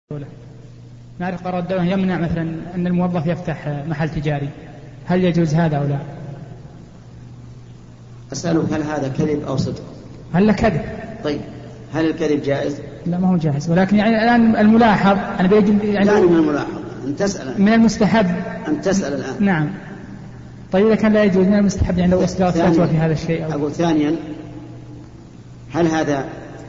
نعرف قرار الدولة يمنع مثلا أن الموظف يفتح محل تجاري، هل يجوز هذا أو لا؟ أسألك هل هذا كذب أو صدق؟ هل كذب؟ طيب هل الكذب جائز؟ لا ما هو جائز، ولكن يعني الآن الملاحظ أنا بيجب يعني لا من الملاحظ أن تسأل، من المستحب أن تسأل الآن. نعم. طيب إذا كان لا يجوز من المستحب يعني لو أصدرت فتوى في هذا الشيء أو... أقول ثانيا هل هذا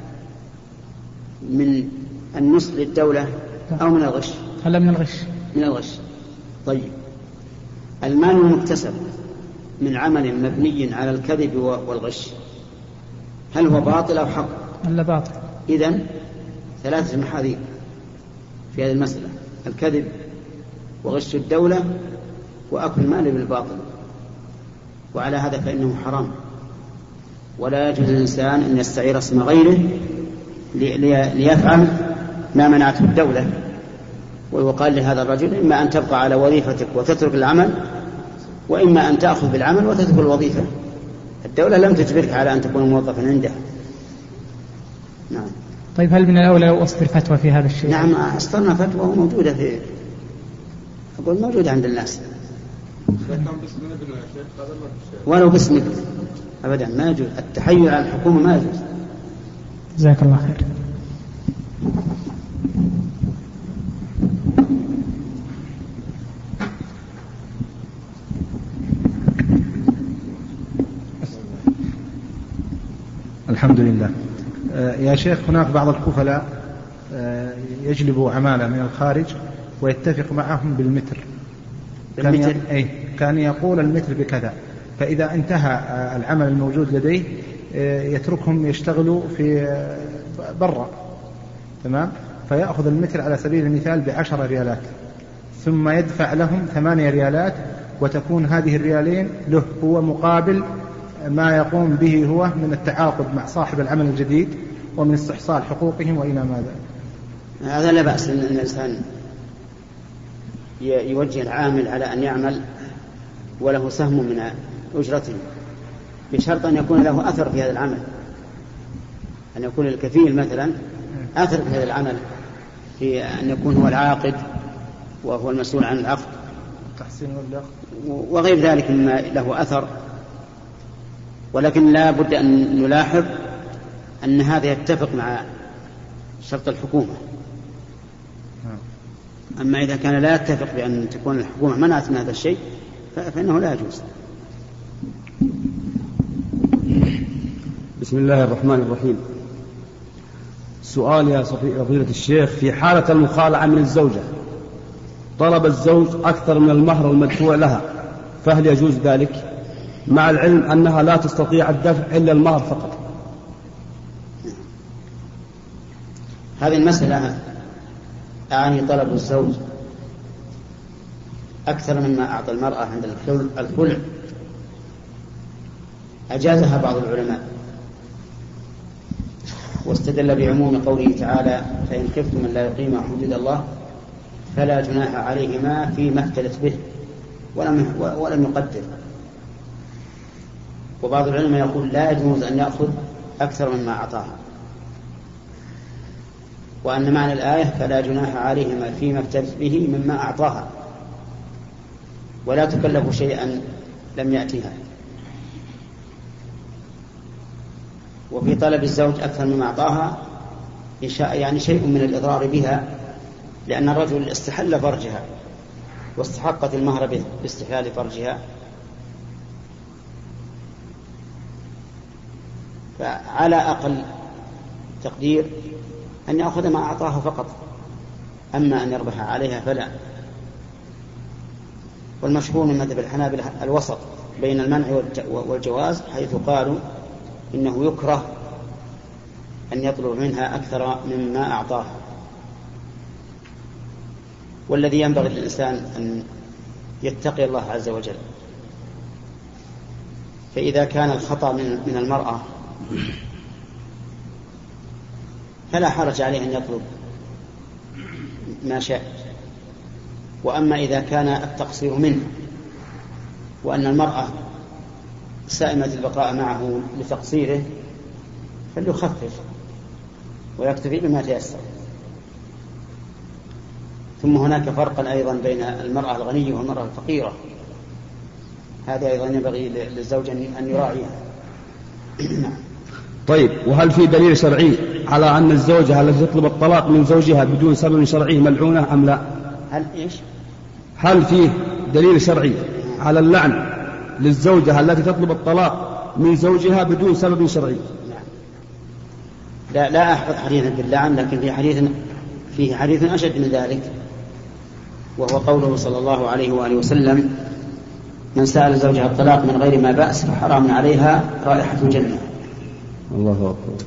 من النصح للدولة أو من الغش؟ هلا من الغش. من الغش. طيب المال المكتسب من عمل مبني على الكذب والغش هل هو باطل أو حق؟ هلا باطل. إذن 3 محاذير في هذه المسألة: الكذب وغش الدولة وأكل المال بالباطل، وعلى هذا فإنه حرام، ولا يجوز للإنسان أن يستعير اسم غيره ليفعل ما منعته الدولة. ويقال لهذا الرجل: إما أن تبقى على وظيفتك وتترك العمل، وإما أن تأخذ بالعمل وتترك الوظيفة. الدولة لم تجبرك على أن تكون موظفا عندها. نعم. طيب هل من الأولى لو أصدر فتوى في هذا الشيء؟ نعم أصدرنا فتوى موجودة أقول موجودة عند الناس. ولو باسم ابن أبدا ما يجوز التحيل على الحكومة، ما يجوز. جزاك الله خير. الحمد لله. يا شيخ هناك بعض الكفلاء يجلبوا عمالة من الخارج ويتفق معهم بالمتر. كان يقول المتر بكذا، فإذا انتهى العمل الموجود لديه يتركهم يشتغلوا في برا، تمام؟ فيأخذ المتر على سبيل المثال ب10 ريالات، ثم يدفع لهم 8 ريالات، وتكون هذه الريالين له هو مقابل ما يقوم به هو من التعاقد مع صاحب العمل الجديد ومن استحصال حقوقهم وإلى ماذا. هذا لا بأس أن الإنسان يوجه العامل على أن يعمل وله سهم من أجرته، بشرط أن يكون له أثر في هذا العمل، أن يكون الكفيل مثلا أثر في هذا العمل، في أن يكون هو العاقد وهو المسؤول عن العقد وغير ذلك مما له أثر. ولكن لا بد أن نلاحظ أن هذا يتفق مع شرط الحكومة. أما إذا كان لا يتفق بأن تكون الحكومة منعت من هذا الشيء فإنه لا يجوز. بسم الله الرحمن الرحيم. سؤال يا فضيلة الشيخ: في حالة المخالعة من الزوجة طلب الزوج أكثر من المهر المدفوع لها، فهل يجوز ذلك مع العلم أنها لا تستطيع الدفع إلا المهر فقط؟ هذه المسألة أعني طلب الزوج أكثر مما أعطى المرأة عند الخلع أجازها بعض العلماء، واستدل بعموم قوله تعالى: فإن خفتم أن لا يقيما حدود الله فلا جناح عليهما فيما افتدت به، ولم يقدر. وبعض العلماء يقول لا يجوز أن يأخذ أكثر مما أعطاها، وأن معنى الآية فلا جناح عليهما فيما افتدت به مما أعطاها، ولا تكلف شيئا لم يأتها. وفي طلب الزوج أكثر مما أعطاها يعني شيء من الإضرار بها، لأن الرجل استحل فرجها واستحقت المهر باستحلال فرجها، فعلى أقل تقدير أن يأخذ ما أعطاها فقط، أما أن يربح عليها فلا. والمشهور من مذهب الحنابلة الوسط بين المنع والجواز، حيث قالوا إنه يكره أن يطلب منها أكثر مما أعطاها. والذي ينبغي للإنسان أن يتقي الله عز وجل، فإذا كان الخطأ من المرأة فلا حرج عليه أن يطلب ما شاء. وأما إذا كان التقصير منه وأن المرأة سائمة البقاء معه لتقصيره فليخفف ويكتفي بما تيسر. ثم هناك فرقا أيضا بين المرأة الغنية والمرأة الفقيرة، هذا أيضا ينبغي للزوج أن يراعيها. طيب، وهل في دليل شرعي على أن الزوجة التي تطلب الطلاق من زوجها بدون سبب شرعي ملعونة أم لا؟ هل في دليل شرعي على اللعن للزوجة التي تطلب الطلاق من زوجها بدون سبب شرعي؟ لا أحفظ حديثا باللعن، لكن فيه حديث أشد من ذلك، وهو قوله صلى الله عليه وآله وسلم: من سأل زوجها الطلاق من غير ما بأس فحرام عليها رائحة الجنة. الله أكبر.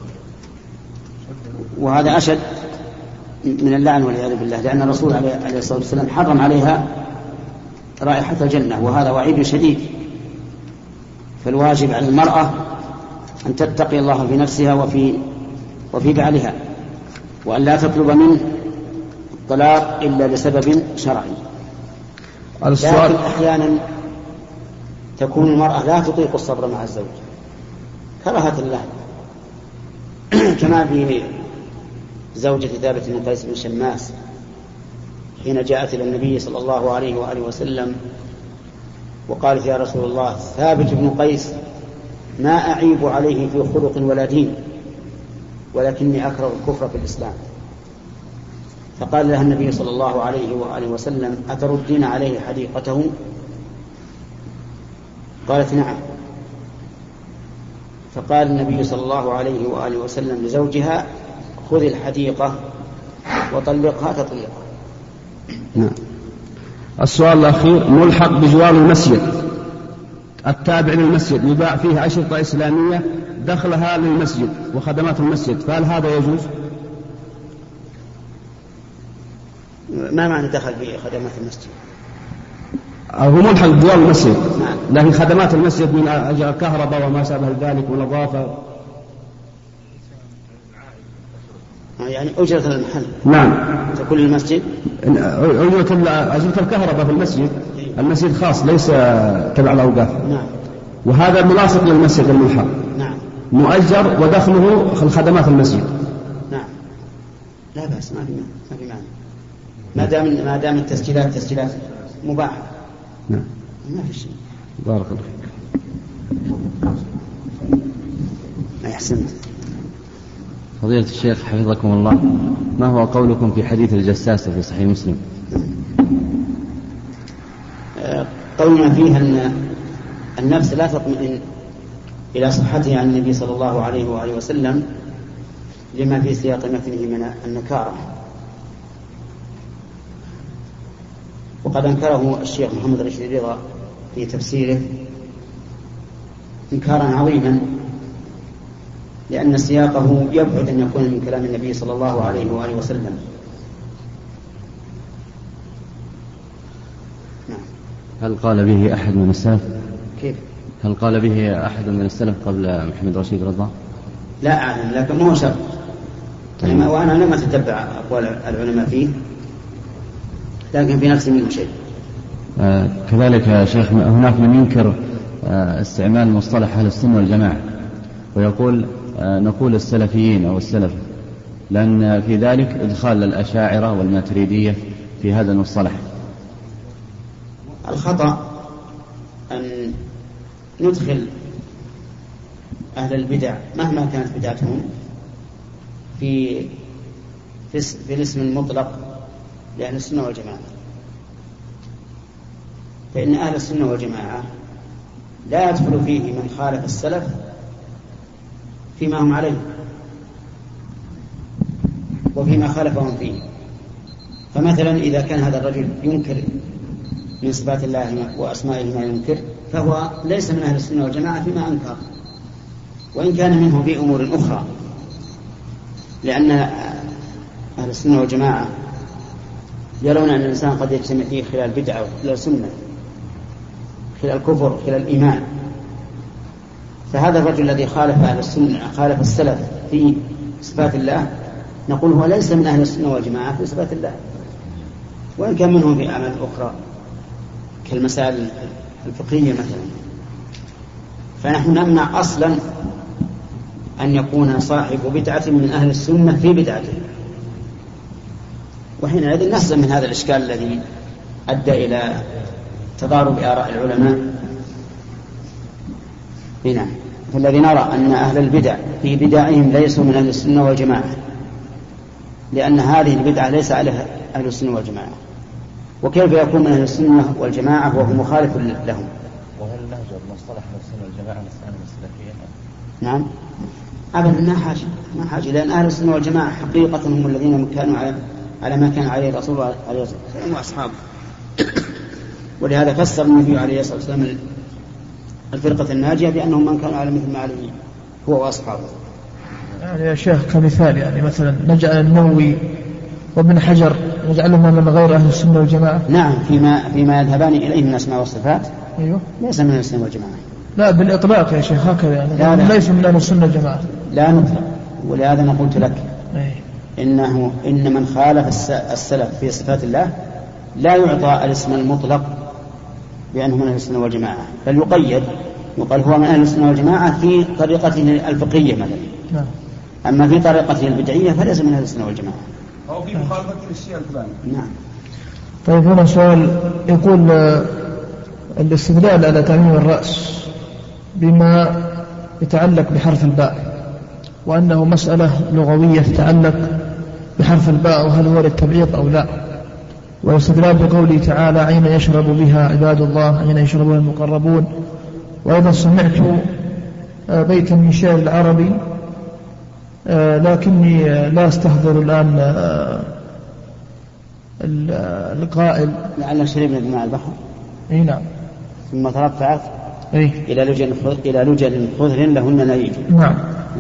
وهذا أشد من اللعن والعياذ بالله، لأن الرسول عليه الصلاة والسلام حرم عليها رائحة الجنة، وهذا وعيد شديد. فالواجب على المرأة أن تتقي الله في نفسها وفي بعلها، وأن لا تطلب منه الطلاق إلا لسبب شرعي. لكن أحيانا تكون المرأة لا تطيق الصبر مع الزوج كراهة الله، كما في زوجة ثابت بن قيس بن شماس حين جاءت إلى النبي صلى الله عليه وآله وسلم وقالت: يا رسول الله، ثابت بن قيس ما أعيب عليه في خلق ولا دين، ولكني أكره الكفر في الإسلام. فقال لها النبي صلى الله عليه وآله وسلم: أتردين عليه حديقته؟ قالت: نعم. فقال النبي صلى الله عليه وآله وسلم لزوجها: خذ الحديقة وطلقها تطليقا. نعم. السؤال الأخير ملحق بجوار المسجد التابع للمسجد يباع فيه أشرطة إسلامية دخلها للمسجد وخدمات المسجد، فهل هذا يجوز؟ ما معنى دخل في خدمات المسجد؟ هو ملحق بجوار المسجد، لكن خدمات المسجد من أجل الكهرباء وما شابه ذلك والنظافة. يعني أجرة المحل. نعم. تكون المسجد أجرة الكهرباء في المسجد. المسجد خاص ليس تبع الأوقاف. نعم. وهذا ملاصق للمسجد الملحق. نعم. مؤجر ودخله الخدمات المسجد. نعم. لا بأس، ما في معنى. ما دام التسجيلات مباحة. نعم. ما في شيء. بارك الله فيك. أحسنت. فضيلة الشيخ حفظكم الله، ما هو قولكم في حديث الجساسة في صحيح مسلم؟ قولنا فيه أن النفس لا تطمئن إلى صحتها عن النبي صلى الله عليه وآله وسلم لما في سياق متنه من النكارة، وقد أنكره الشيخ محمد رشيد رضا في تفسيره إنكارا عظيما، لأن سياقه يبعد أن يكون من كلام النبي صلى الله عليه وآله وسلم. نعم. هل قال به أحد من السلف؟ كيف؟ هل قال به أحد من السلف قبل محمد رشيد رضا؟ لا أعلم، لكن مو شرط. طيب. وأنا لم أتتبع أقوال العلماء فيه، لكن في نفسي منه شيء. كذلك يا شيخ هناك من ينكر استعمال مصطلح أهل السنة والجماعة ويقول نقول السلفيين أو السلف، لأن في ذلك إدخال الأشاعرة والماتريدية في هذا المصطلح. الخطأ أن ندخل أهل البدع مهما كانت بدعتهم في الاسم المطلق لأهل السنة والجماعة، فإن أهل السنة والجماعة لا يدخل فيه من خالف السلف فيما هم عليه وفيما خالفهم فيه. فمثلا إذا كان هذا الرجل ينكر من صفات الله وأسمائه ما ينكر، فهو ليس من أهل السنة والجماعة فيما أنكر، وإن كان منه في أمور أخرى، لأن أهل السنة والجماعة يرون أن الإنسان قد يجتمع فيه خلال بدعة وخلال سنة، خلال كفر وخلال الإيمان. فهذا الرجل الذي خالف أهل السنة خالف السلف في صفات الله نقول هو ليس من أهل السنة والجماعة في صفات الله، وإن كان منهم في أعمال أخرى كالمسائل الفقهية مثلا. فنحن نمنع أصلا أن يكون صاحب بدعة من أهل السنة في بدعته، وحينئذ نحزن من هذا الإشكال الذي أدى إلى تضارب آراء العلماء. هنا فالذي نرى أن أهل البدع في بدعهم ليسوا من أهل السنة والجماعة، لأن هذه البدعة ليس عليها أهل السنة والجماعة، وكيف يكون من أهل السنة والجماعة وهو مخالف لهم؟ وهل نهج المصطلح من السنة والجماعة نستعمل السلفيين؟ نعم أبدا ما حاجة لأن أهل السنة والجماعة حقيقة هم الذين كانوا على ما كان عليه الرسول عليه الصلاة والسلام وأصحابه. ولهذا فسر النبي عليه الصلاة والسلام الفرقة الناجية بأنهم من كانوا على مثل ما عليه هو وأصحابه. يعني يا شيخ كمثال يعني مثلا نجعل النووي وابن حجر نجعلهما من غير أهل السنة والجماعة؟ نعم فيما يذهبان إليه من الأسماء والصفات. أيوه ليس من السنة والجماعة. لا بالإطلاق يا شيخ هكذا يعني ليس من أهل السنة والجماعة. لا نطلق. ولهذا أنا قلت لك إن من خالف السلف في صفات الله لا يعطى الاسم المطلق بأنه من أهل السنة والجماعة، بل يقال هو من أهل السنة والجماعة في طريقته الفقهية مثلا. نعم. أما في طريقته البدعية فليس من أهل السنة والجماعة. أو في مخالفة للشيء الفلاني. نعم. طيب هنا سؤال يقول الاستدلال على تعميم الرأس بما يتعلق بحرف الباء وأنه مسألة لغوية تتعلق بحرف الباء وهل هو للتبعيض أو لا، والاستدلال بقوله تعالى عين يشرب بها عباد الله عين يشربها المقربون. وأيضا سمعت بيتا من شعر العربي لكني لا استحضر الآن القائل لعل شربنا بماء البحر. نعم. ثم ترفعت إلى لجن خضر لهن نيج. نعم.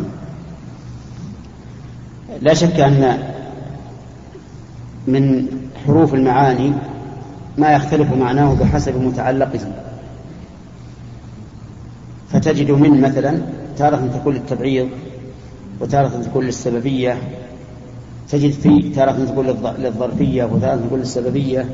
لا شك أن من حروف المعاني ما يختلف معناه بحسب متعلقه، فتجد من مثلا تارة تكون للتبعيض وتارة تكون للسببية، تجد في تارة تكون للظرفية وتارة تكون للسببية،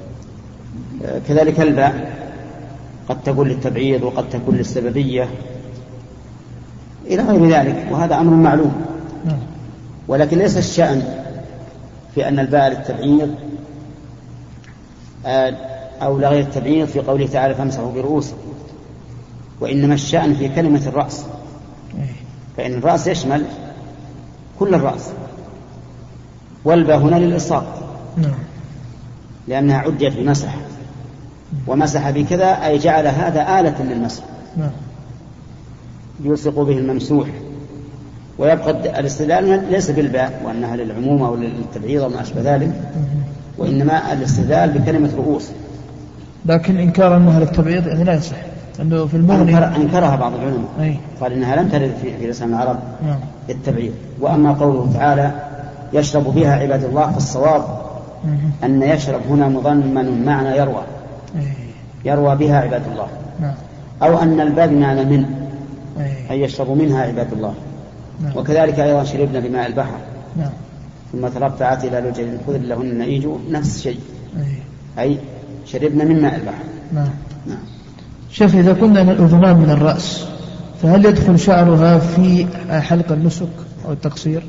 كذلك الباء قد تكون للتبعيض وقد تكون للسببية إلى غير ذلك، وهذا أمر معلوم. ولكن ليس الشأن في أن الباء للتبعيض أو لغير التبعيض في قوله تعالى فامسحوا برؤوسكم، وإنما الشأن في كلمة الرأس، فإن الرأس يشمل كل الرأس، والباء هنا للإصاب لأنها عدت بمسح، ومسح بكذا أي جعل هذا آلة للمسح يلصق به الممسوح. ويبقى الاستدلال ليس بالباء وأنها للعموم أو للتبعيض وما أشبه ذلك، وإنما الاستدلال بكلمة رؤوس. لكن إنكار أنها للتبعيض يعني لا يصح، أنه في المغني أنكرها بعض العلماء قال إنها لم ترد في لسان العرب للتبعيض. وأما قوله تعالى يشرب بها عباد الله فالصواب أن يشرب هنا مضمن معنى يروى بها عباد الله، أو أن الباب معنى من أن يشرب منها عباد الله. وكذلك أيضا شربنا بماء البحر ثم ترفعت إلى لجن خضر لهن نيج، نفس الشيء أي شربنا من ماء البحر. نعم. شيخ إذا كنا الأذنان من الرأس فهل يدخل شعرها في حلق النسك أو التقصير؟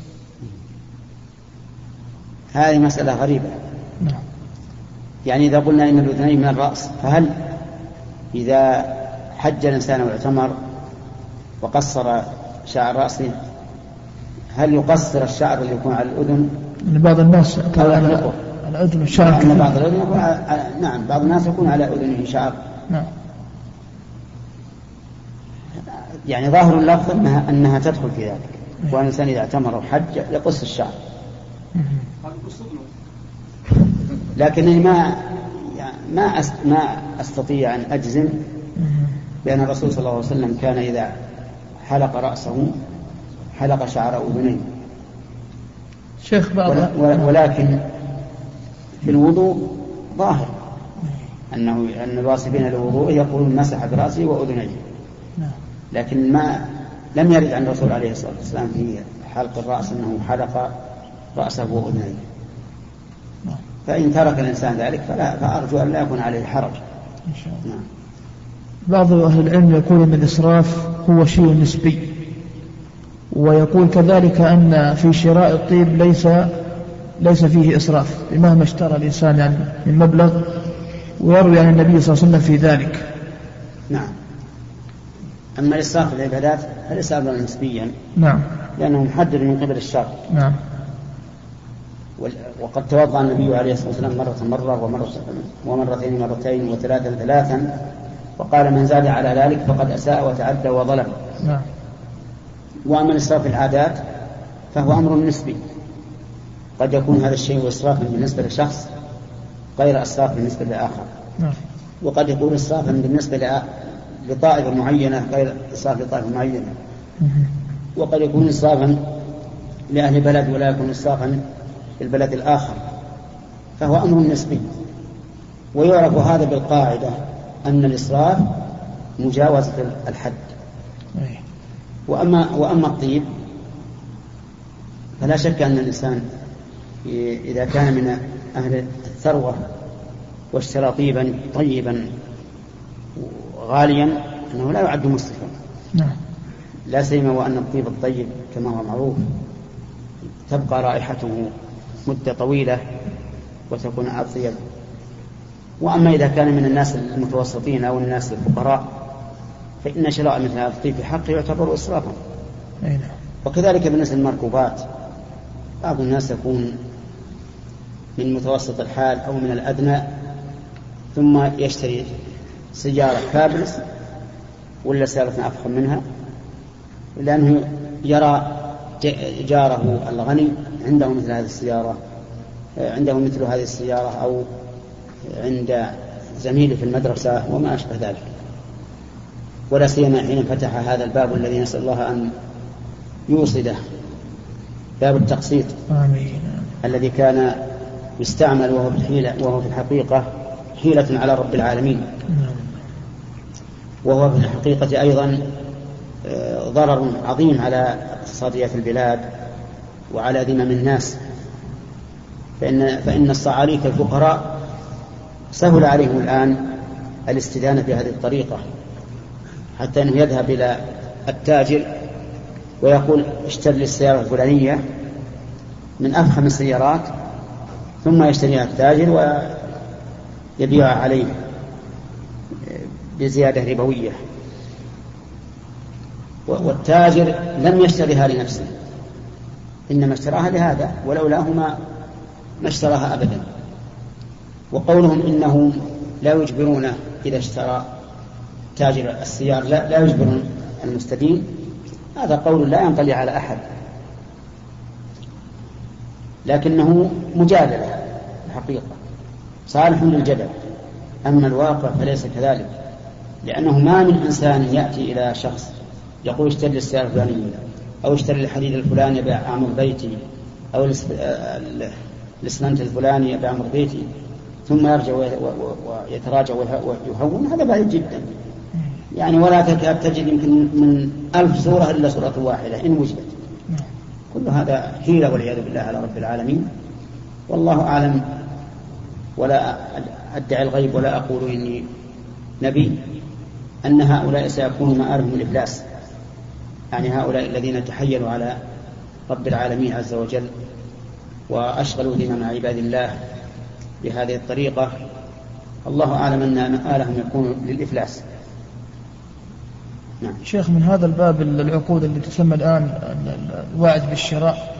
هذه مسألة غريبة. يعني إذا قلنا إن الأذنين من الرأس، فهل إذا حج الإنسان واعتمر وقصر شعر رأسه هل يقصر الشعر اللي يكون على الأذن؟ بعض الناس على أذن الشعر بعض الأذن نعم بعض الناس يكون على أذنه شعر. نعم. يعني ظاهر اللفظ أنها تدخل في ذلك، وأن الإنسان إذا اعتمر وحج يقص الشعر. لكنني ما أستطيع أن أجزم بأن الرسول صلى الله عليه وسلم كان إذا حلق رأسه حلق شعر أذنيه. شيخ ولكن في الوضوء ظاهر أن الواصفين للوضوء يقولون مسح برأسه وأذنيه، لكن لم يرد عن الرسول عليه الصلاة والسلام في حلق الرأس أنه حلق رأسه وأذنيه. فإن ترك الإنسان ذلك فأرجو أن لا يكون عليه حرج إن شاء الله. بعض أهل العلم يقول أن الإسراف هو شيء نسبي، ويقول كذلك أن في شراء الطيب ليس ليس فيه إسراف بمهما اشترى الإنسان يعني من مبلغ، ويروي عن النبي صلى الله عليه وسلم في ذلك. نعم. أما الإسراف في العبادات فليس أمرا نسبيا، نعم، لأنه محدد من قبل الشرع. نعم. وقد توضأ النبي عليه الصلاة والسلام مرة ومرتين مرتين وثلاثا ثلاثا، وقال من زاد على ذلك فقد أساء وتعدى وظلم. نعم. وأما الإسراف في العادات فهو أمر نسبي، قد يكون هذا الشيء إسرافا بالنسبة لشخص غير إسراف بالنسبة لآخر، نعم. وقد يكون إسرافا بالنسبة لطائفة معينة غير إسراف لطائفة معينة، وقد يكون إسرافا لأهل بلد ولا يكون إسرافا للبلد الآخر، فهو أمر نسبي. ويعرف هذا بالقاعدة أن الإسراف مجاوزة الحد. وأما الطيب فلا شك أن الإنسان إذا كان من أهل الثروة واشترى طيبا طيبا غاليا أنه لا يعد مسرفا، لا سيما وأن الطيب الطيب كما هو معروف تبقى رائحته مدة طويلة وتكون أطيب. وأما إذا كان من الناس المتوسطين أو الناس الفقراء فإن شراء مثل هذا الطيب في حقه يعتبر إسرافا. وكذلك بالنسبة للمركوبات، بعض الناس يكون من متوسط الحال أو من الأدنى ثم يشتري سيارة كابرس ولا سيارة أفخم منها، لأنه يرى جاره الغني عنده مثل هذه السيارة، عنده مثل هذه السيارة، أو عند زميله في المدرسة وما أشبه ذلك. ولا سيما حين فتح هذا الباب الذي نسأل الله أن يوصده، باب التقسيط. آمين. الذي كان يستعمل وهو في الحقيقة حيلة على رب العالمين، وهو في الحقيقة أيضا ضرر عظيم على اقتصاديات البلاد وعلى ذمم الناس، فإن الصعاليك الفقراء سهل عليهم الآن الاستدانة بهذه الطريقة، حتى أنه يذهب إلى التاجر ويقول اشتري لي السيارة الفلانية من أفخم السيارات، ثم يشتريها التاجر ويبيعها عليه بزيادة ربوية، والتاجر لم يشتريها لنفسه، إنما اشتراها لهذا، ولولاه ما اشتراها أبدا. وقولهم إنهم لا يجبرونه إذا اشترى تاجر السيارة لا يجبرون المستدين، هذا قول لا ينطلي على أحد، لكنه مجادلة الحقيقة صالح للجدل. أما الواقع فليس كذلك، لأنه ما من إنسان يأتي إلى شخص يقول اشتري السيارة الفلانية أو اشتري الحديد الفلاني بأعمر بيتي أو الإسمنت الفلاني بأعمر بيتي، ثم يرجع ويتراجع ويهون. هذا بعيد جدا، يعني ولا تكاد تجد يمكن من 1000 سورة إلا سورة واحدة إن وجدت. كل هذا حيلة والعياذ بالله على رب العالمين، والله أعلم. ولا أدعي الغيب ولا أقول إني نبي، أن هؤلاء سيكون مآرهم الإفلاس، يعني هؤلاء الذين تحيلوا على رب العالمين عز وجل وأشغلوا ذمم عباد الله بهذه الطريقة، الله أعلم أن مآلهم يكون للإفلاس. نعم. شيخ، من هذا الباب العقود اللي تسمى الآن الوعد بالشراء،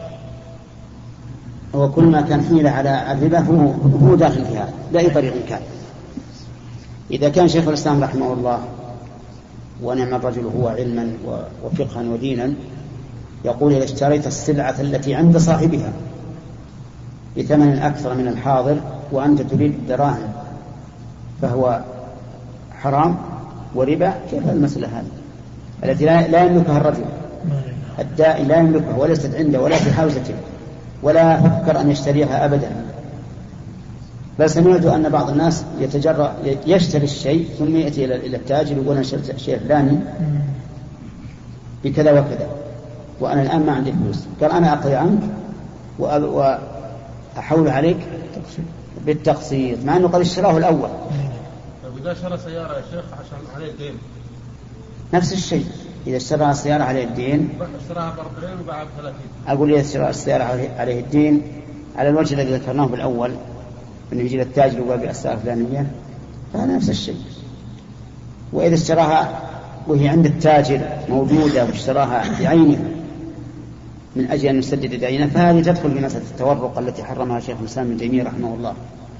وكل ما كان حيلة على الربا هو داخل فيها بأي طريق كان. إذا كان شيخ الإسلام رحمه الله ونعم الرجل هو علما وفقها ودينا يقول إذا اشتريت السلعة التي عند صاحبها بثمن أكثر من الحاضر وأنت تريد دراهم فهو حرام وربا. كيف المسألة هذه التي لا يملكها الرجل الدائي، لا يملكها وليست عنده ولا في حوزته ولا فكر أن يشتريها أبدا، بل سمعت أن بعض الناس يتجرأ يشتري الشيء ثم يأتي إلى التاجر يقول أنا اشتريت الشيء الفلاني بكذا وكذا وأنا الآن ما عندي فلوس، قال أنا أقضي عنك وأحول عليك بالتقسيط، مع أنه قد اشتراه الأول. إذا اشترى سيارة يا شيخ عشان عليه الدين نفس الشيء، إذا اشترى السيارة عليه الدين اشتراها ب40 وباعها ب30. أقول إذا اشترى السيارة عليه الدين على الوجه الذي ذكرناه بالأول أنه يجي للتاجر يقول بأسعار فلانية، فهذا نفس الشيء. وإذا اشتراها وهي عند التاجر موجودة واشتراها بعينها من أجل أن يسدد دينه، فهذه تدخل في مسألة التورق التي حرمها شيخ الإسلام ابن تيمية رحمه الله.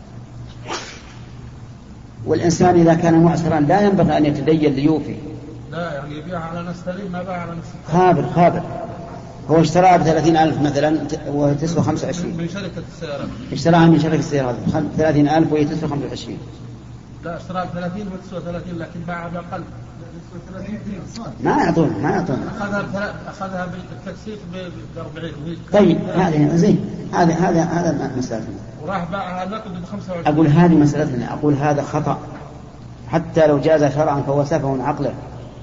والإنسان إذا كان معسرا لا ينبغي أن يتدين ليوفي. لا يعني يبيعها على ناس ثانيين، ما باع على ناس. خابر هو اشتراها ب30,000 مثلا وتسوى 25 من شركة السيارات. اشتراها من شركة السيارات 30,000 وهي تسوى 25. لا اشتراها ب30 وتسوى 30 لكن باعها بأقل. ما يعطونه. أخذها بالتكسير ب40. طيب هذه زين، هذا مسألتنا. وراح باعها نقد ب25. أقول هذه مسألتنا، أقول هذا خطأ حتى لو جاز شرعا فهو سفه عقله.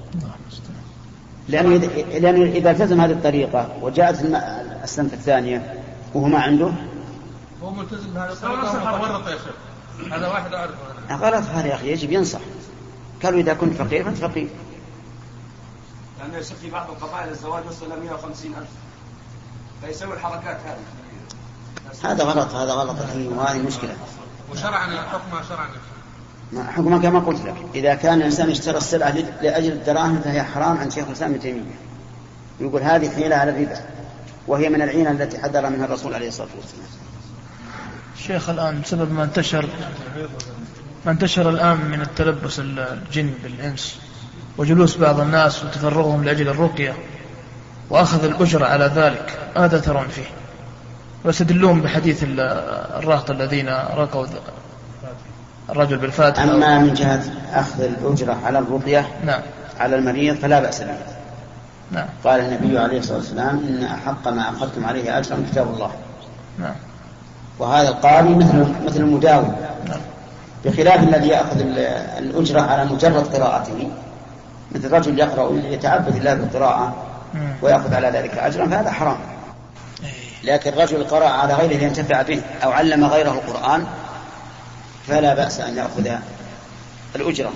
لأنه إذا التزم هذه الطريقة وجاءت السنة الثانية وهو ما عنده، هو ملتزم بهذه الطريقة ورط يا شيخ. هذا واحد أعرف. غلط هذا يا أخي، يجب ينصح. قالوا إذا كنت فقير فأنت فقير. لأنه يصير في بعض القبائل الزواج وصل إلى 150,000 فيسوي الحركات هذه. هذا غلط وهذه مشكلة. وشرعا حكمها شرعا. حكمها كما قلت لك، إذا كان الإنسان اشترى السلعة لأجل الدراهم فهي حرام عند شيخ الإسلام ابن تيمية. يقول هذه حيلة على الربا، وهي من العينة التي حذر منها الرسول عليه الصلاة والسلام. شيخ الآن بسبب ما انتشر الآن من التلبس الجن بالإنس وجلوس بعض الناس وتفرغهم لأجل الرقية وأخذ الأجر على ذلك، ماذا ترون فيه؟ ويستدلون بحديث الرهط الذين رقوا الرجل بالفاتحة. أما من جهة أخذ الأجرة على الرقية نعم على المريض فلا بأس به. نعم. قال النبي عليه الصلاة والسلام إن أحق ما أخذتم عليه أجرا كتاب الله. نعم. وهذا القاضي مثل المداوم. نعم. بخلاف الذي يأخذ الأجرة على مجرد قراءته، مثل رجل يقرأ يتعبد الله بالقراءة ويأخذ على ذلك أجرا، فهذا حرام. لكن رجل قرأ على غيره لينتفع به أو علم غيره القرآن فلا بأس أن يأخذ الأجرة.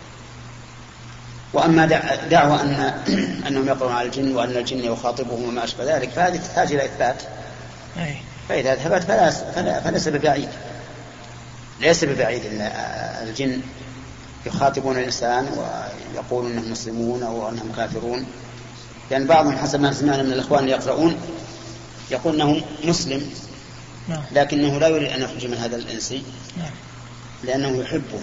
وأما دعوة أنهم يقرؤون على الجن وأن الجن يخاطبهم وما أشبه ذلك فهذه تحتاج إلى إثبات. فإذا ثبت فليس ببعيد، ليس ببعيد أن الجن يخاطبون الإنسان ويقولون أنهم مسلمون أو أنهم كافرون. لأن بعضهم حسب ما سمعنا من الإخوان اللي يقرؤون يقول أنه مسلم لكنه لا يريد أن يخرج من هذا الإنسي لأنه يحبه.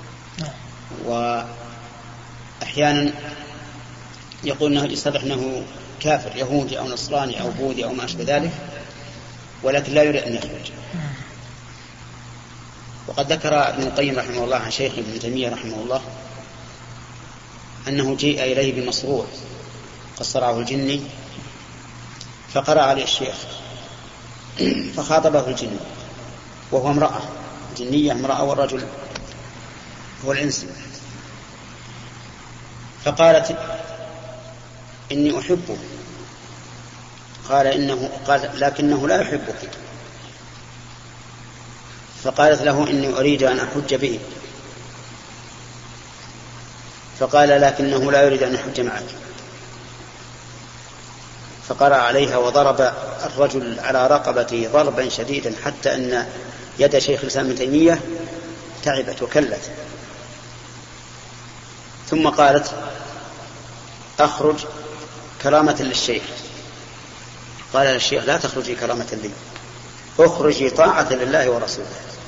وأحيانا يقول أنه يصبح أنه كافر يهودي أو نصراني أو بوذي أو ما أشبه ذلك، ولكن لا يريد أن يخرج. وقد ذكر ابن القيم رحمه الله عن شيخ ابن تيمية رحمه الله أنه جيء إليه بمصروع قد صرعه الجني فقرأ عليه الشيخ فخاطبه الجن وهو امرأة جنية امرأة والرجل هو الإنس، فقالت إني أحبه. قال لكنه لا يحبك. فقالت له إني أريد أن أحج به. فقال لكنه لا يريد أن يحج معك. فقرأ عليها وضرب الرجل على رقبته ضربا شديدا حتى أن يد شيخ الإسلام ابن تيمية تعبت وكلت. ثم قالت أخرج كرامة للشيخ. قال للشيخ لا تخرجي كرامة لي، أخرجي طاعة لله ورسوله.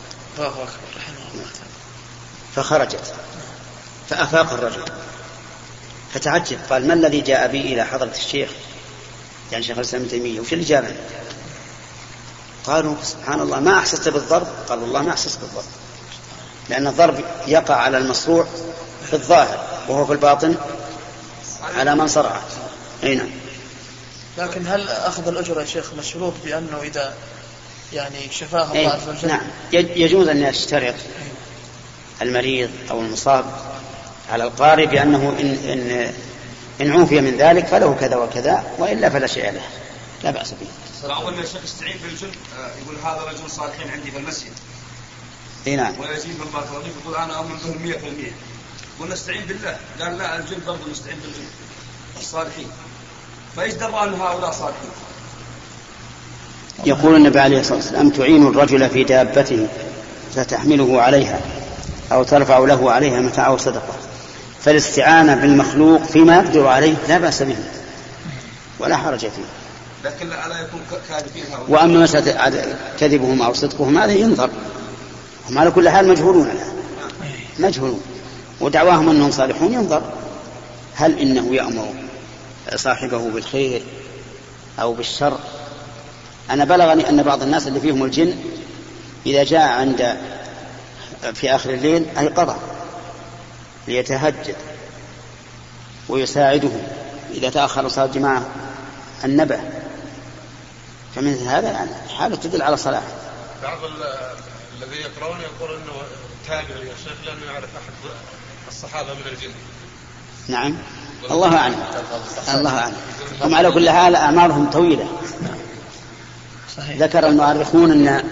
فخرجت فأفاق الرجل فتعجب قال ما الذي جاء بي إلى حضرة الشيخ يعني شيخ الإسلام ابن تيمية وش اللي جاء؟ قالوا سبحان الله ما أحسست بالضرب؟ قال والله ما أحسست بالضرب، لأن الضرب يقع على المصروع في الظاهر وهو في الباطن على من صرعه. نعم. لكن هل أخذ الأجر يا شيخ مشروط بأنه إذا يعني شفاه الله عز وجل؟ نعم يجوز أن يشترط المريض أو المصاب على القارئ بأنه إن عوفي من ذلك فله كذا وكذا وإلا فلا شيء له، لا بأس به. أول ما الشيخ استعين بالجن يقول هذا رجل صالحين عندي في المسجد. نعم. ويجيب من باطل يقول أنا أؤمن بهم 100%. قلنا استعين بالله، قال لا الجن برضو نستعين بالجن الصالحين. فإيش درى أن هؤلاء صالحين؟ يقول النبي عليه الصلاة والسلام: تعين الرجل في دابته فتحمله عليها أو ترفع له عليها متاع وصدقة. فالاستعانة بالمخلوق فيما يقدر عليه لا بأس به ولا حرج فيه، لكن لا يكون كاذبين. وأما مسألة كذبهم أو صدقهم هذا ينظر، هم على كل حال مجهولون ودعواهم أنهم صالحون ينظر هل إنه يأمر صاحبه بالخير أو بالشر. أنا بلغني أن بعض الناس اللي فيهم الجن إذا جاء في آخر الليل أيقظه ليتهجد ويساعده إذا تأخر صلاة جماعة النبه، فمن هذا يعني حاله تدل على صلاح. بعض الذي يقرؤون يقول أنه تابع يا شيخ لأنه يعرف أحد الصحابة من الجن. نعم، الله أعلم. هم على كل حال أعمارهم طويلة. صحيح. ذكر المؤرخون أن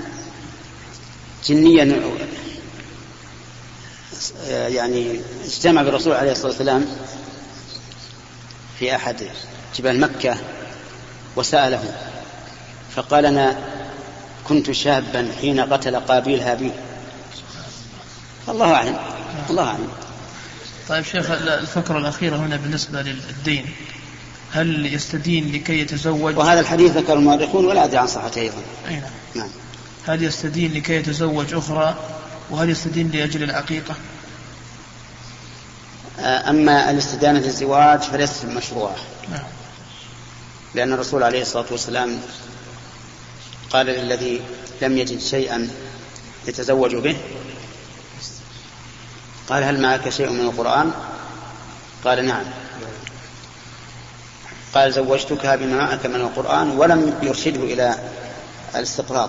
جنيا يعني اجتمع بالرسول عليه الصلاة والسلام في أحد جبال مكة وسأله فقال: أنا كنت شابا حين قتل قابيل هابيل. الله أعلم. طيب شيخ، الفقرة الأخيرة هنا بالنسبة للدين، هل يستدين لكي يتزوج؟ وهذا الحديث ذكر المؤرخون ولا أدري عن صحته أيضا. نعم. هل يستدين لكي يتزوج أخرى، وهل يستدين لأجل العقيقة؟ أما الاستدانة للزواج فليست مشروعة. نعم. لأن الرسول عليه الصلاة والسلام قال للذي لم يجد شيئا يتزوج به قال: هل معك شيء من القرآن؟ قال: نعم. قال: زوجتكها بما معك من القرآن، ولم يرشده إلى الاستقراض.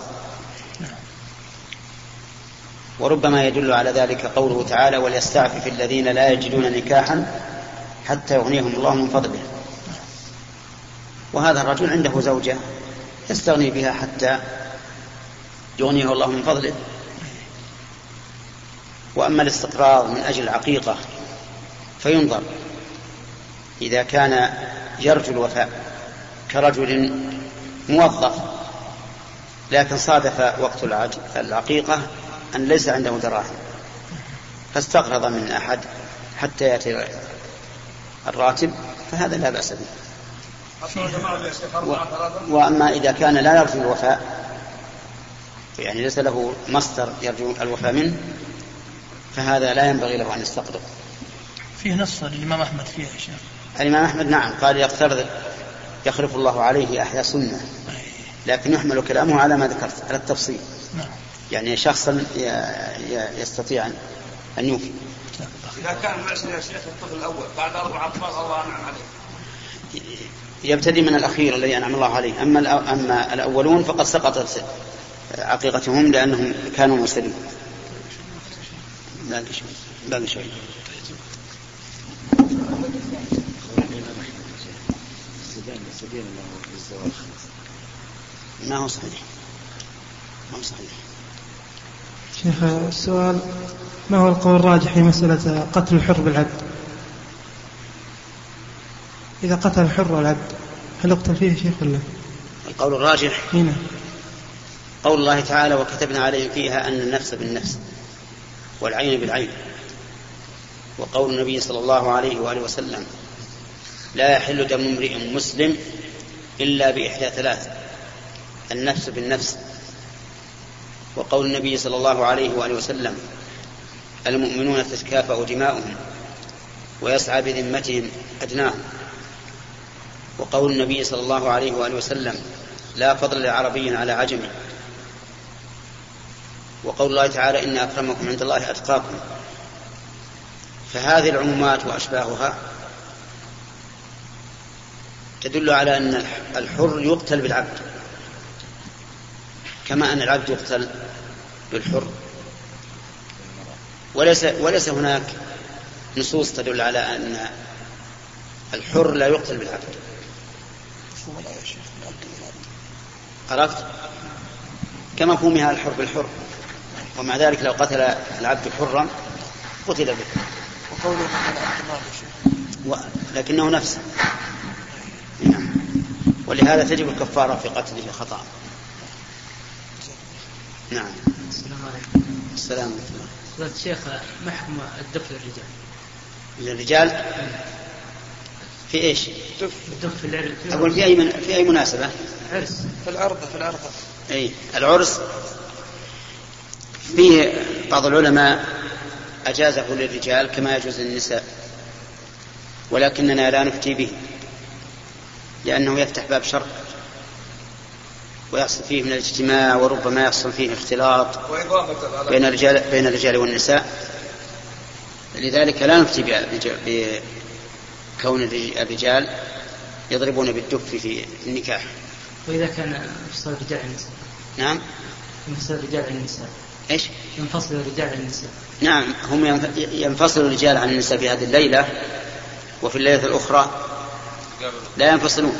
وربما يدل على ذلك قوله تعالى: وليستعفف الذين لا يجدون نكاحا حتى يغنيهم الله من فضله. وهذا الرجل عنده زوجة يستغني بها حتى يغنيه الله من فضله. وأما الاستقراض من أجل العقيقة فينظر إذا كان يرجو الوفاء كرجل موظف لكن صادف وقت العقيقة أن ليس عنده دراهم فاستقرض من أحد حتى يأتي الراتب فهذا لا بأس به. وأما إذا كان لا يرجو الوفاء يعني ليس له مصدر يرجو الوفاء منه فهذا لا ينبغي له أن يستقرض. فيه نص للإمام أحمد فيها يا شيخ. الإمام أحمد نعم قال: يقترض يخلف الله عليه أحيا سنة، لكن يحمل كلامه على ما ذكرت على التفصيل. نعم. يعني شخصا يستطيع أن يوفي. إذا كان معسر يا شيخ الطفل الأول بعد 4 أطفال الله أنعم عليه، يبتدي من الأخير الذي أنعم الله عليه. أما الأولون فقد سقطت عقيقتهم لأنهم كانوا مسلمين. باقي شوي. ما هو صحيح. شيخ السؤال: ما هو القول الراجح في مسألة قتل الحر بالعبد؟ إذا قتل الحر والعبد هل يقتل فيه شيخ ولا؟ القول الراجح هنا قول الله تعالى: وكتبنا عليهم فيها أن النفس بالنفس والعين بالعين. وقول النبي صلى الله عليه وآله وسلم: لا يحل دم امرئ مسلم إلا بإحدى 3: النفس بالنفس. وقول النبي صلى الله عليه وآله وسلم: المؤمنون تتكافأ دماؤهم ويسعى بذمتهم أدناهم. وقول النبي صلى الله عليه وآله وسلم: لا فضل لعربي على عجمي. وقول الله تعالى: إن أكرمكم عند الله أتقاكم. فهذه العمومات وأشباهها تدل على أن الحر يقتل بالعبد كما أن العبد يقتل بالحر، وليس هناك نصوص تدل على أن الحر لا يقتل بالعبد. عرفت؟ كمفهومها الحر بالحر، ومع ذلك لو قتل العبد حرا قتل به. وقوله لكنه نفسه. نعم. ولهذا تجب الكفارة في قتله خطأ. نعم. السلام عليكم. السلام عليكم. فضيلة الشيخ، ما حكم الدف للرجال في ايش؟ الدف في العرس. أقول في أي مناسبة؟ عرس. في العرض. أي العرس فيه بعض العلماء أجازه للرجال كما يجوز للنساء، ولكننا لا نفتي به لأنه يفتح باب شر ويحصل فيه من الاجتماع، وربما يحصل فيه اختلاط بين الرجال والنساء. لذلك لا نفتي بكون الرجال يضربون بالدف في النكاح. وإذا كان انفصل الرجال عن النساء؟ نعم. ينفصل الرجال عن النساء. ايش؟ ينفصل الرجال عن النساء. نعم، هم ينفصل الرجال عن النساء في هذه الليلة، وفي الليلة الأخرى لا ينفصلون،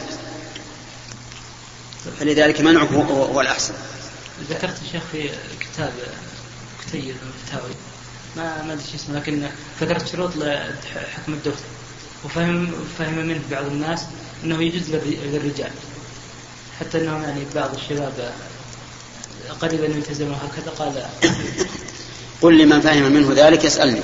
فلذلك منعه هو الأحسن. ذكرت الشيخ في كتاب كتير الفتاوي ما أدري اسمه، لكن ذكرت شروط لحكم الدف، وفهم منه بعض الناس أنه يجوز للرجال، حتى أنه يعني بعض الشباب قريبا يلتزموا هكذا. قال قل لمن فهم منه ذلك يسألني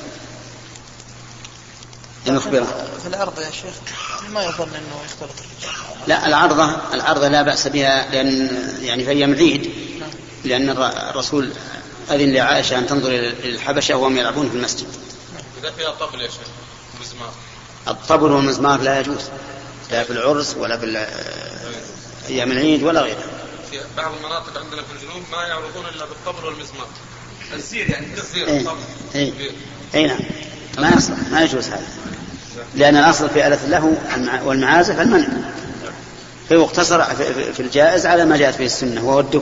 نخبره. في العرض يا شيخ ما يظن أنه يختلط الرجال. لا، العرضة لا بأس بها، لأن يعني في أيام العيد، لأن الرسول أذن لعائشة أن تنظر إلى الحبشة وهم يلعبون في المسجد. إذا فيها طبل يا شيخ مزمار. الطبل والمزمار لا يجوز، لا في العرس ولا في أيام العيد ولا غيرها. في بعض المناطق عندنا في الجنوب ما يعرضون إلا بالطبل والمزمار. الزير يعني الزير الطبل. أي نعم، ما يصلح، ما يجوز هذا، لأن الأصل في آلة اللهو والمعازف المنع، فهو اقتصر في الجائز على ما جاءت به السنة وهو الدف.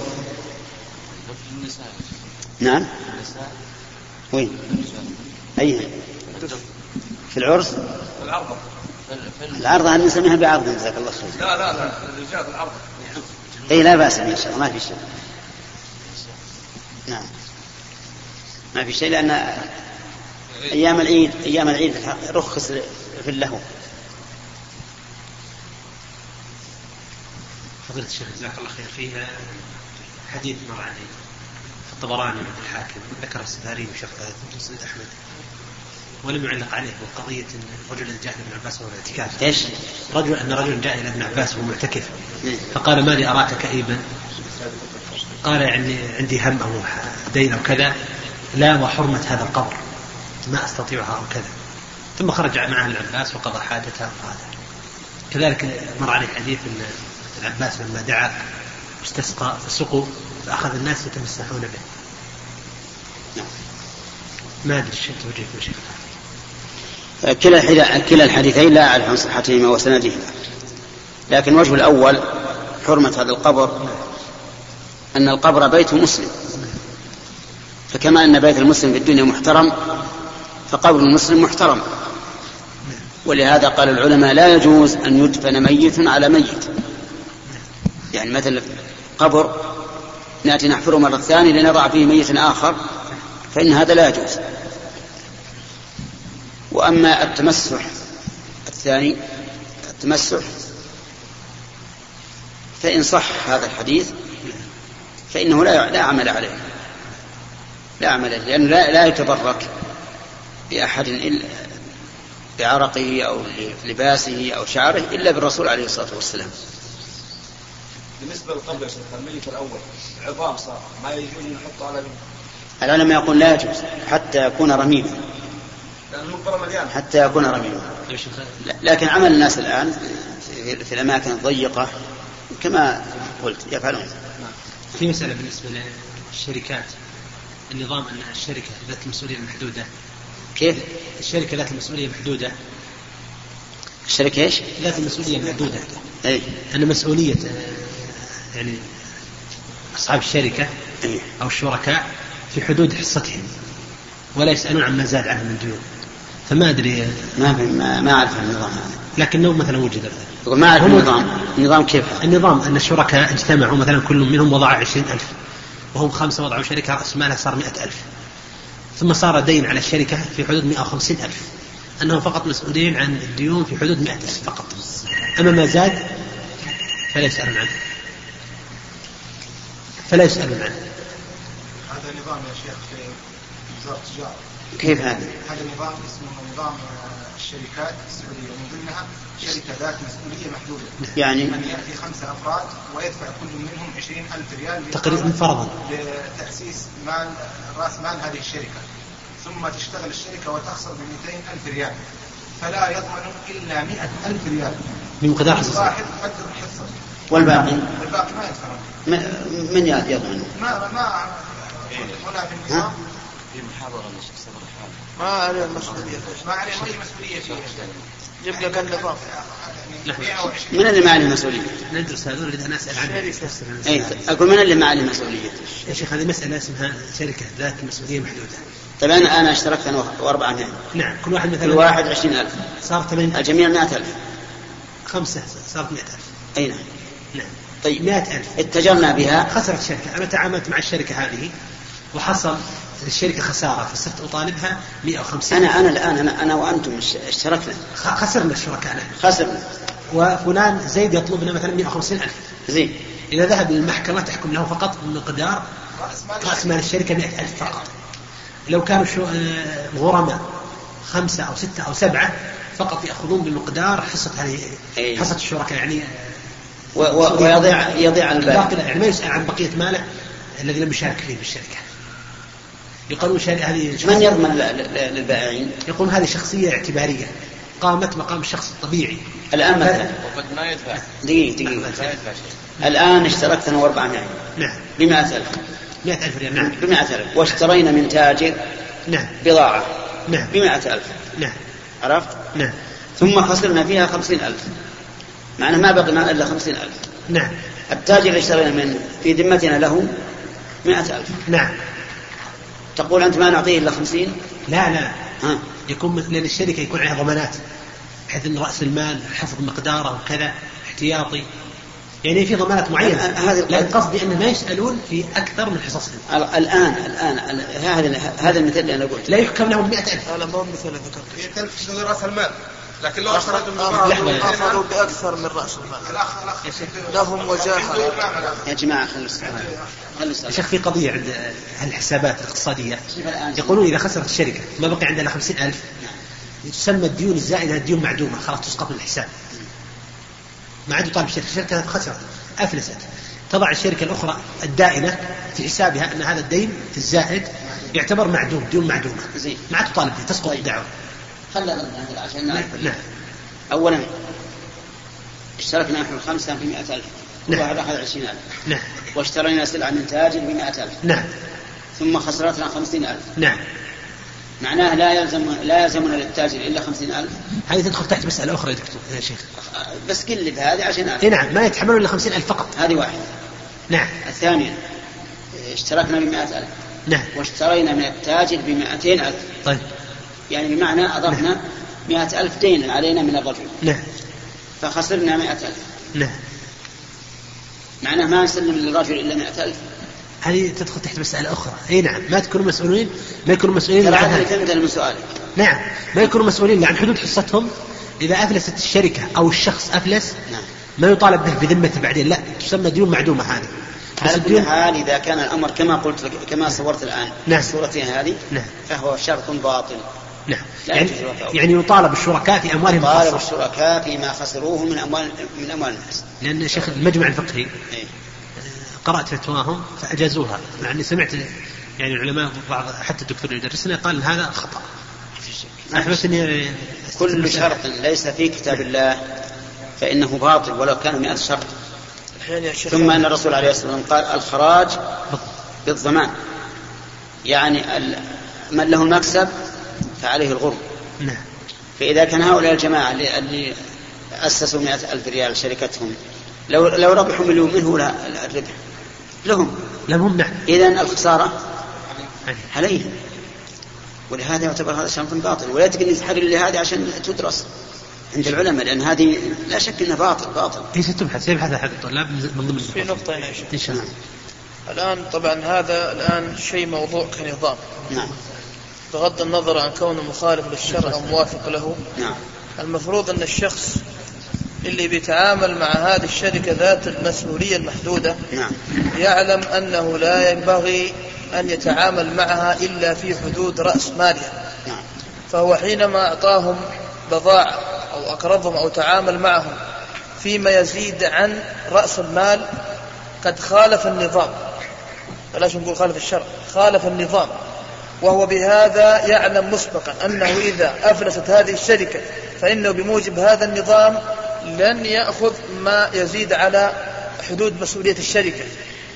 نعم. وين؟ أيها في العرس؟ العرضة هل نسميها بعرض؟ جزاك الله خير. لا الرجال العرض. أي لا بأس به إن شاء الله، ما في شيء. نعم ما في شيء، لأن أيام العيد رخص في اللهو. فضيلة الشيخ جزاك الله خير، فيها حديث مر عليه في الطبراني عند الحاكم، ذكر السفاري وشيخ مسند أحمد، ولم يعلق عليه بقضية أن الرجل الذي جاء إلى ابن عباس وهو الاعتكاف. إيش؟ رجل جاء إلى ابن عباس وهو معتكف، فقال: ما لي أراك كئيبا؟ قال: يعني عندي هم أو دين أو كذا، لا وحرمة هذا القبر ما أستطيعها أو كذا. ثم خرج معه العباس وقضى حاجته وهذا. كذلك مر عليه حديث أن العباس لما دعا واستسقى فسقوا فأخذ الناس يتمسحون به. ما أدري الشيء توجيهكم شيخ. كلا الحديثين لا أعرف عن صحتهما وسندهما، لكن وجه الأول حرمة هذا القبر أن القبر بيت مسلم، فكما أن بيت المسلم في الدنيا محترم فقبر المسلم محترم، ولهذا قال العلماء لا يجوز أن يدفن ميت على ميت. يعني مثل قبر نأتي نحفره مرة ثانية لنضع فيه ميت آخر فإن هذا لا يجوز. وأما التمسح الثاني فإن صح هذا الحديث فإنه لا عمل عليه، لأنه لا يتبرك بأحد إلا بعرقه أو لباسه أو شعره إلا بالرسول عليه الصلاة والسلام. بالنسبة للقبر يا شيخ الميت الأول عظام صار ما يجوز نحطه على العلماء يقول لا يجوز حتى يكون رميما، حتى يكون رميما. لكن عمل الناس الآن في الأماكن الضيقة كما قلت يفعلون. في مسألة بالنسبة للشركات، النظام أن الشركة ذات المسؤولية المحدودة. كيف؟ الشركة ذات المسؤولية محدودة. الشركة إيش؟ ذات المسؤولية محدودة. أي. أن مسؤولية يعني أصحاب الشركة أو الشركاء في حدود حصتهم ولا يسألون عما زاد عنهم من ديون. فما أدري ما أعرف النظام هذا، لكنه مثلا وجد ما أعرف النظام كيف. النظام أن الشركاء اجتمعوا مثلا كل منهم وضع 20,000 وهم 5 وضعوا شركة رأس مالها صار 100,000، ثم صار دين على الشركة في حدود 150,000، أنهم فقط مسؤولين عن الديون في حدود 100,000 فقط. أما ما زاد فلا يسألون عنه. هذا نظام يا شيخ في وزارة التجارة. كيف هذا؟ هذا النظام اسمه نظام الشركات السعودية، ومن ضمنها شركة ذات مسؤولية محدودة. يعني أن يأتي 5 أفراد ويدفع كل منهم 20,000 ريال تقريبا فرضا لتأسيس رأس مال هذه الشركة، ثم تشتغل الشركة وتخسر ب200,000 ريال، فلا يضمن إلا 100,000 ريال بمقدار حصص واحد يقدر الحصة، والباقي ما يدفعون. من يضمن؟ ما هنا في النظام في محاضرة للشيخ صبر الحال ما عليه المسؤولية، ما عليه أي مسؤولية فيها. جيب لك النظام. من اللي ما عليه مسؤولية؟ ندرس هذول اللي أنا أسأل عنه. أي أقول من اللي ما عليه مسؤولية؟ يا شيخ هذه مسألة اسمها شركة ذات مسؤولية محدودة. طيب أنا اشتركت أنا و400. نعم كل واحد مثلا. كل واحد 20,000. صار 80. الجميع 100,000. 5 صارت 100,000. أي نعم. نعم. طيب 100,000 اتجرنا بها. خسرت الشركة. أنا تعاملت مع الشركة هذه وحصل الشركة خسارة، فصرت أطالبها 150. أنا الآن أنا وأنتم اشتركنا. خسرنا الشركاء. خسرنا. وفلان زيد يطلبنا مثلا 150,000. زين. إذا ذهب للمحكمة تحكم له فقط بمقدار رأس مال الشركة 100,000 فقط. لو كانوا الغرماء 5 أو 6 أو 7 فقط يأخذون بمقدار حصة هذه حصة الشركاء يعني. ويضيع الباقي يعني ما يسأل عن بقية ماله الذي لم يشارك فيه بالشركة. يقولون هذه من يضمن للبائعين؟ يقول هذه شخصية اعتبارية قامت مقام الشخص الطبيعي. الآن مثلا وقد ما يدفع. دقيقة. الآن اشتركت أنا و400. نعم. ب100,000. 100,000 ريال. نعم. ب100,000 واشترينا من تاجر. نعم. بضاعة. نعم. ب100,000. نعم. عرفت؟ نعم. ثم خسرنا فيها 50,000. معناه ما بقي إلا 50,000. نعم. التاجر اللي اشترينا من في ذمتنا له 100,000. نعم. تقول أنت ما نعطيه إلا 50؟ لا. يكون لأن الشركة يكون عليها ضمانات بحيث أن رأس المال حفظ مقداره وكذا احتياطي، يعني في ضمانات معينة. لكن قصدي أنه ما يسألون في أكثر من حصصهم. الآن هذا المثال اللي أنا قلت لا يحكم لهم 100,000. لا ما هو مثال ذكرت 100,000 تشتري رأس المال، لكن لو اشتريتم أخذوا بأكثر من رأس المال لهم وجاهة. يا جماعة يا شيخ في قضية عند الحسابات الاقتصادية يقولون إذا خسرت الشركة ما بقي عندنا 50,000 تسمى الديون الزائدة ديون معدومة، خلاص تسقط من الحساب. ما عاد يطالب الشركة خسرت أفلست، تضع الشركة الأخرى الدائنة في حسابها أن هذا الدين في الزائد يعتبر معدوم، ديون معدومة، ما عاد تطالب به، تسقط الدعوة. خلنا عشان نعرف. نعم. أولا اشتركنا نحن 5 في 100,000. نعم. واحد أخذ 20,000. نعم. واشترينا سلعة من تاجر ب100,000. نعم. ثم خسرتنا 50,000. نعم. معناه لا يلزمنا للتاجر إلا 50,000. هذه تدخل تحت مسألة أخرى يا شيخ. بس قل لي بهذه عشان أعرف. نعم ما يتحملون إلا 50,000 فقط. هذه واحدة. نعم. الثانية اشتركنا ب100,000. نعم. واشترينا من التاجر ب200,000. طيب. يعني بمعنى أضفنا 100,000 دين علينا من الرجل. نعم. فخسرنا 100,000. نعم. معناه ما نسلم للرجل إلا 100,000. هذه تدخل تحت مسألة أخرى. أي نعم ما يكونوا مسؤولين من سؤالك. نعم ما يكونوا مسؤولين عن حدود حصتهم. إذا أفلست الشركة أو الشخص أفلس نعم. ما يطالب به بذمته بعدين، لا تسمى ديون معدومة هذه. على كل حال إذا كان الأمر كما قلت كما صورت الآن. نعم. صورتين هذه. نعم. فهو شرط باطل. نعم. يعني يطالب الشركاء في أموالهم. يطالب الشركاء فيما خسروه من أموال الناس. لأن شيخ المجمع الفقهي قرأت فتواهم فأجازوها، مع أني سمعت يعني العلماء بعض حتى الدكتور اللي يدرسنا قال هذا خطأ. كل شرط ليس في كتاب الله فإنه باطل ولو كان 100 شرط. ثم أن الرسول عليه الصلاة والسلام قال الخراج بالضمان، يعني من له المكسب فعليه الغرم. نعم. فإذا كان هؤلاء الجماعة اللي أسسوا 100,000 ريال شركتهم لو ربحوا مليون منه الربح لهم. نعم. إذن الخسارة عليهم، ولهذا يعتبر هذا شرط باطل. ولا تقل تحرر لهذا عشان تدرس عند العلماء، لأن هذه لا شك أنها باطل. هي ستبحث أحد الطلاب من ضمن. في نقطة هنا إن شاء الله. الآن طبعا هذا الآن شيء موضوع كنظام. نعم. بغض النظر عن كونه مخالف للشرع أو موافق له. نعم. المفروض أن الشخص اللي بيتعامل مع هذه الشركة ذات المسؤولية المحدودة يعلم أنه لا ينبغي أن يتعامل معها إلا في حدود رأس مالها، فهو حينما أعطاهم بضاعة أو أقرضهم أو تعامل معهم فيما يزيد عن رأس المال قد خالف النظام، بلاش نقول خالف الشرع، خالف النظام، وهو بهذا يعلم مسبقا أنه إذا أفلست هذه الشركة فإنه بموجب هذا النظام لن يأخذ ما يزيد على حدود مسؤولية الشركة.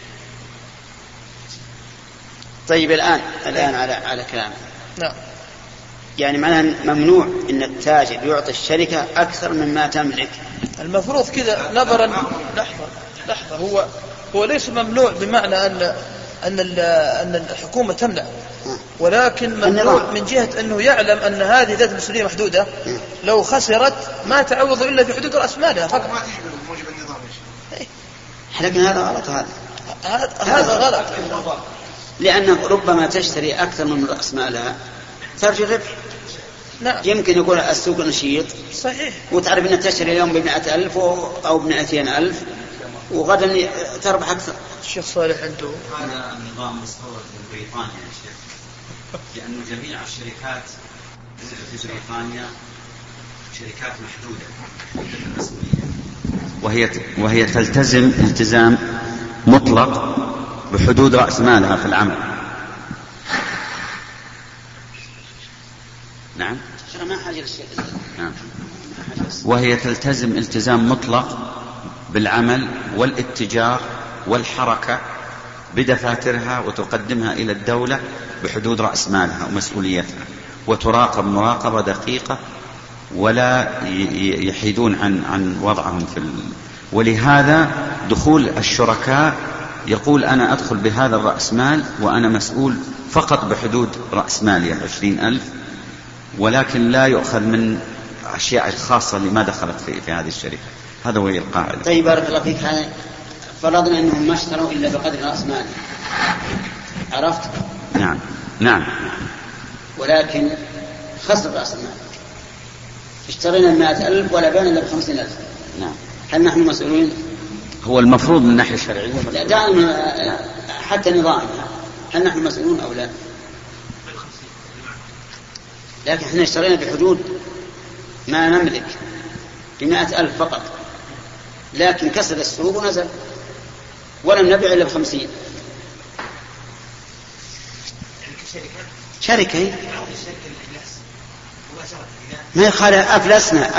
طيب الآن على كلامه، نعم، يعني معناه ممنوع أن التاجر يعطي الشركة أكثر مما تملك. المفروض كذا نظرا. لحظة، هو ليس ممنوع بمعنى أن الحكومة تمنع، ولكن ممنوع من جهة أنه يعلم أن هذه ذات مسؤولية محدودة لو خسرت ما تعوض إلا في حدود رأس مالها فقط. لكن هذا غلط، هذا غلط، لأنه ربما تشتري أكثر من رأس مالها ترجع ربح. نعم. يمكن يكون السوق نشيط صحيح، وتعرف أن تشتري اليوم ب100,000 أو ب200,000 وغدا تربح أكثر. الشيخ صالح عنده هذا النظام مستورد من بريطانيا يا شيخ، لأنه جميع الشركات في بريطانيا شركات محدودة المسؤولية، وهي تلتزم التزام مطلق بحدود رأس مالها في العمل. نعم. نعم. وهي تلتزم التزام مطلق بالعمل والاتجار والحركة بدفاترها وتقدمها إلى الدولة بحدود رأس مالها ومسؤوليتها، وتراقب مراقبة دقيقة ولا يحيدون عن وضعهم ولهذا دخول الشركاء يقول أنا أدخل بهذا الرأس مال وأنا مسؤول فقط بحدود رأس مالي 20,000، ولكن لا يؤخذ من أشياء خاصة اللي ما دخلت في هذه الشركة. هذا هو القاعدة. طيب بارك الله فيك، فرضنا أنهم ما اشتروا إلا بقدر رأس مال، عرفت؟ نعم. ولكن خسر رأس المال، اشترينا 100,000 ولا بان إلا ب50,000. نعم. هل نحن مسؤولين؟ هو المفروض من الناحية الشرعية دائما حتى نظامنا، هل نحن مسؤولون أو لا؟ لكن احنا اشترينا بحدود ما نملك ب100,000 فقط، لكن كسر السوق ونزل ولم نبيع إلا ب50. شركة ما يخالف، أفلسنا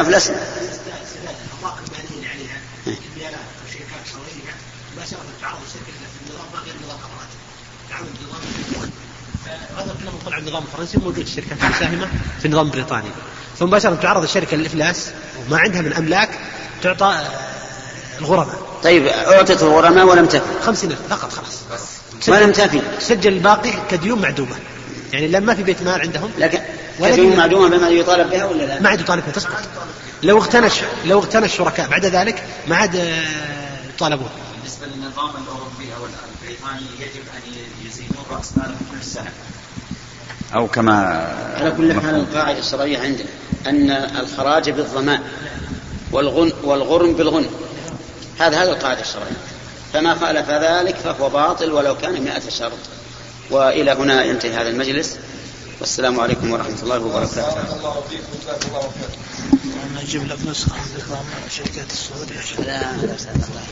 طلع النظام الفرنسي موجود الشركات المساهمة في النظام البريطاني، ثم مباشرة تعرض الشركة للإفلاس وما عندها من أملاك تعطى الغرماء. طيب أعطت الغرماء ولم تفي 50,000 فقط خلاص، ولم تفي، سجل الباقي كديون معدومة، يعني لما في بيت مال عندهم لكن كديون معدومة بما يطالب بها ولا لا؟ ما عاد يطالب بها، تسقط. لو اغتنى الشركاء بعد ذلك ما عاد يطالبون. بالنسبة للنظام الأوروبي أو البريطاني يجب أن يزيدون رأس مالهم كل سنة أو كما على كل حال. القاعدة الشرعية عندنا أن الخراج بالضمان والغرم بالغنم، هذا القاعدة الشرعية، فما خالف ذلك فهو باطل ولو كان 100 شرط. وإلى هنا ينتهي هذا المجلس، والسلام عليكم ورحمة الله وبركاته. نجيب لك نسخة من شركات السعودية.